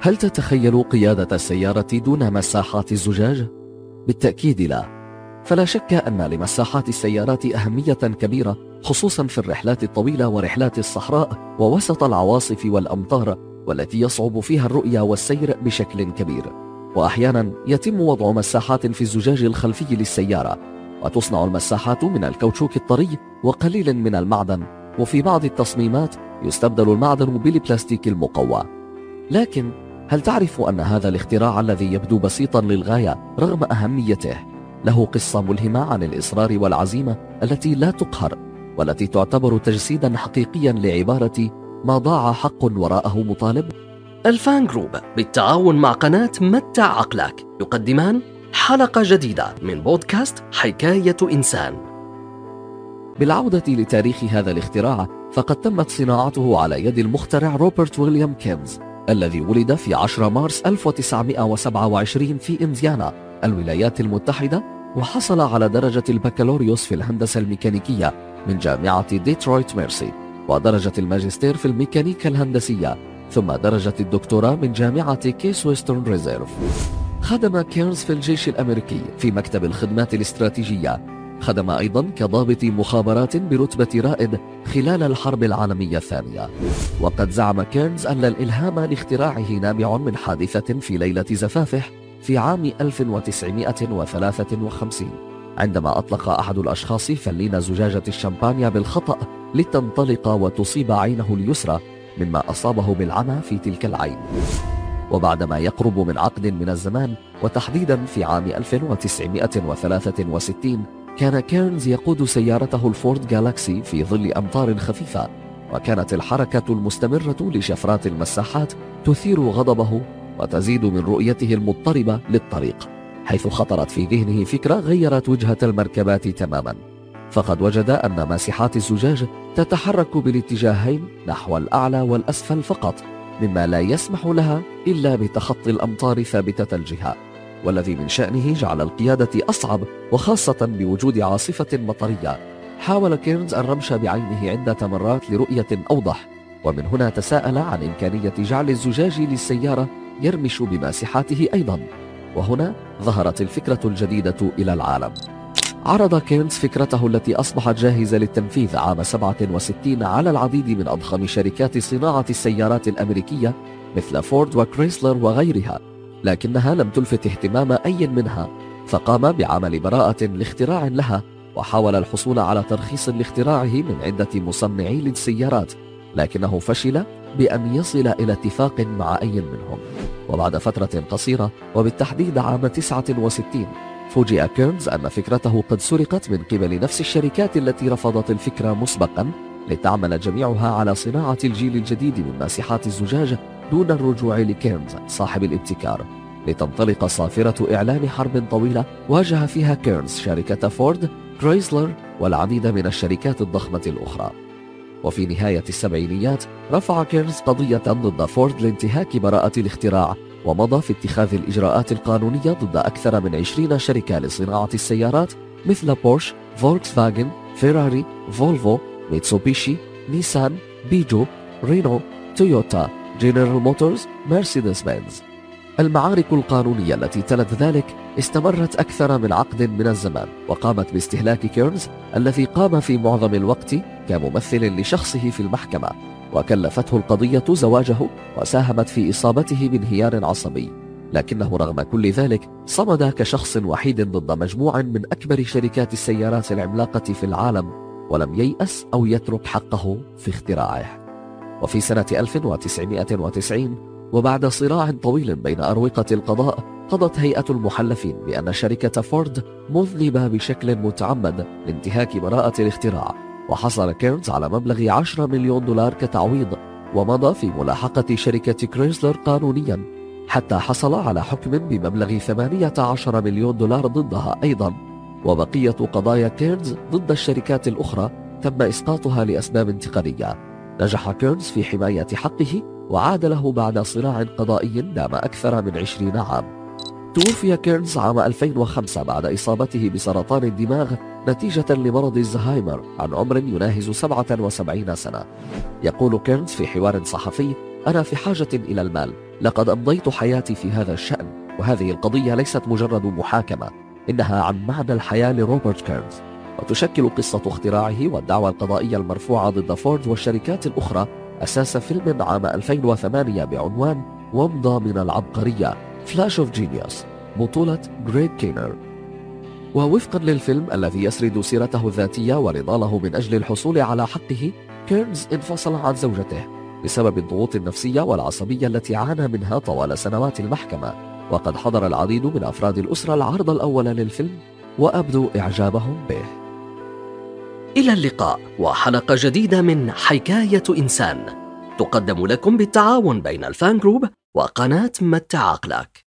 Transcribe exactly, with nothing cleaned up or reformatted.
هل تتخيل قيادة السيارة دون مساحات الزجاج؟ بالتأكيد لا. فلا شك أن لمساحات السيارات أهمية كبيرة، خصوصا في الرحلات الطويلة ورحلات الصحراء ووسط العواصف والأمطار، والتي يصعب فيها الرؤية والسير بشكل كبير. وأحيانا يتم وضع مساحات في الزجاج الخلفي للسيارة، وتصنع المساحات من الكاوتشوك الطري وقليل من المعدن، وفي بعض التصميمات يستبدل المعدن بالبلاستيك المقوى. لكن هل تعرف أن هذا الاختراع الذي يبدو بسيطا للغاية رغم أهميته له قصة ملهمة عن الإصرار والعزيمة التي لا تقهر، والتي تعتبر تجسيدا حقيقيا لعبارة ما ضاع حق وراءه مطالب؟ الفان جروب بالتعاون مع قناة متع عقلك يقدمان حلقة جديدة من بودكاست حكاية إنسان. بالعودة لتاريخ هذا الاختراع، فقد تمت صناعته على يد المخترع روبرت ويليام كينز، الذي ولد في عشرة مارس ألف وتسعمائة وسبعة وعشرين في إنديانا، الولايات المتحدة، وحصل على درجة البكالوريوس في الهندسة الميكانيكية من جامعة ديترويت ميرسي، ودرجة الماجستير في الميكانيكا الهندسية، ثم درجة الدكتوراه من جامعة كيس ويسترن ريزيرف. خدم كيرنز في الجيش الأمريكي في مكتب الخدمات الاستراتيجية. خدم أيضا كضابط مخابرات برتبة رائد خلال الحرب العالمية الثانية. وقد زعم كيرنز أن الإلهام لاختراعه نابع من حادثة في ليلة زفافه في عام ألف وتسعمائة وثلاثة وخمسين، عندما أطلق أحد الأشخاص فلين زجاجة الشامبانيا بالخطأ لتنطلق وتصيب عينه اليسرى، مما أصابه بالعمى في تلك العين. وبعدما يقرب من عقد من الزمان، وتحديدا في عام ألف وتسعمائة وثلاثة وستين، كان كيرنز يقود سيارته الفورد جالاكسي في ظل أمطار خفيفة، وكانت الحركة المستمرة لشفرات المساحات تثير غضبه وتزيد من رؤيته المضطربة للطريق، حيث خطرت في ذهنه فكرة غيرت وجهة المركبات تماما. فقد وجد أن ماسحات الزجاج تتحرك بالاتجاهين نحو الأعلى والأسفل فقط، مما لا يسمح لها إلا بتخطي الأمطار ثابتة الجهة، والذي من شأنه جعل القيادة أصعب، وخاصة بوجود عاصفة مطرية. حاول كيرنز الرمش بعينه عدة مرات لرؤية أوضح، ومن هنا تساءل عن إمكانية جعل الزجاج للسيارة يرمش بماسحاته أيضا. وهنا ظهرت الفكرة الجديدة إلى العالم. عرض كيرنز فكرته التي أصبحت جاهزة للتنفيذ عام سبعة وستين على العديد من أضخم شركات صناعة السيارات الأمريكية مثل فورد وكريسلر وغيرها، لكنها لم تلفت اهتمام أي منها، فقام بعمل براءة لاختراع لها، وحاول الحصول على ترخيص لاختراعه من عدة مصنعي للسيارات، لكنه فشل بأن يصل إلى اتفاق مع أي منهم. وبعد فترة قصيرة، وبالتحديد عام تسعة وستين، فوجئ كيرنز أن فكرته قد سرقت من قبل نفس الشركات التي رفضت الفكرة مسبقا، لتعمل جميعها على صناعة الجيل الجديد من ماسحات الزجاج دون الرجوع لكيرنز صاحب الابتكار، لتنطلق صافرة إعلان حرب طويلة واجه فيها كيرنز شركة فورد، كريسلر والعديد من الشركات الضخمة الأخرى. وفي نهاية السبعينيات رفع كيرنز قضية ضد فورد لانتهاك براءة الاختراع، ومضى في اتخاذ الإجراءات القانونية ضد أكثر من عشرين شركة لصناعة السيارات مثل بورش، فولكسفاجن، فيراري، فولفو، ميتسوبيشي، نيسان، بيجو، رينو، تويوتا، جنرال موتورز، مرسيدس بنز. المعارك القانونية التي تلت ذلك استمرت أكثر من عقد من الزمان، وقامت باستهلاك كيرنز الذي قام في معظم الوقت كممثل لشخصه في المحكمة، وكلفته القضية زواجه، وساهمت في إصابته بانهيار عصبي. لكنه رغم كل ذلك صمد كشخص وحيد ضد مجموعة من أكبر شركات السيارات العملاقة في العالم، ولم ييأس أو يترك حقه في اختراعه. وفي سنة ألف وتسعمائة وتسعين، وبعد صراع طويل بين أروقة القضاء، قضت هيئة المحلفين بأن شركة فورد مذنبة بشكل متعمد لانتهاك براءة الاختراع، وحصل كيرنز على مبلغ عشرة مليون دولار كتعويض، ومضى في ملاحقة شركة كريسلر قانونيا حتى حصل على حكم بمبلغ ثمانية عشر مليون دولار ضدها أيضا. وبقية قضايا كيرنز ضد الشركات الأخرى تم إسقاطها لأسباب انتقالية. نجح كيرنز في حماية حقه، وعاد له بعد صراع قضائي دام أكثر من عشرين عام. توفي كيرنز عام ألفين وخمسة بعد إصابته بسرطان الدماغ نتيجة لمرض الزهايمر عن عمر يناهز سبعة وسبعين سنة. يقول كيرنز في حوار صحفي: أنا في حاجة إلى المال، لقد أمضيت حياتي في هذا الشأن، وهذه القضية ليست مجرد محاكمة، إنها عن معنى الحياة لروبرت كيرنز، وتشكل قصة اختراعه والدعوى القضائية المرفوعة ضد فورد والشركات الأخرى أساس فيلم عام ألفين وثمانية بعنوان ومضة من العبقرية فلاش أوف جينيوس بطولة غريغ كينر. ووفقا للفيلم الذي يسرد سيرته الذاتية ونضاله من أجل الحصول على حقه، كيرنز انفصل عن زوجته بسبب الضغوط النفسية والعصبية التي عانى منها طوال سنوات المحكمة، وقد حضر العديد من أفراد الأسرة العرض الأول للفيلم وأبدوا إعجابهم به. إلى اللقاء وحلقة جديدة من حكاية إنسان، تقدم لكم بالتعاون بين الفان جروب وقناة متع عقلك.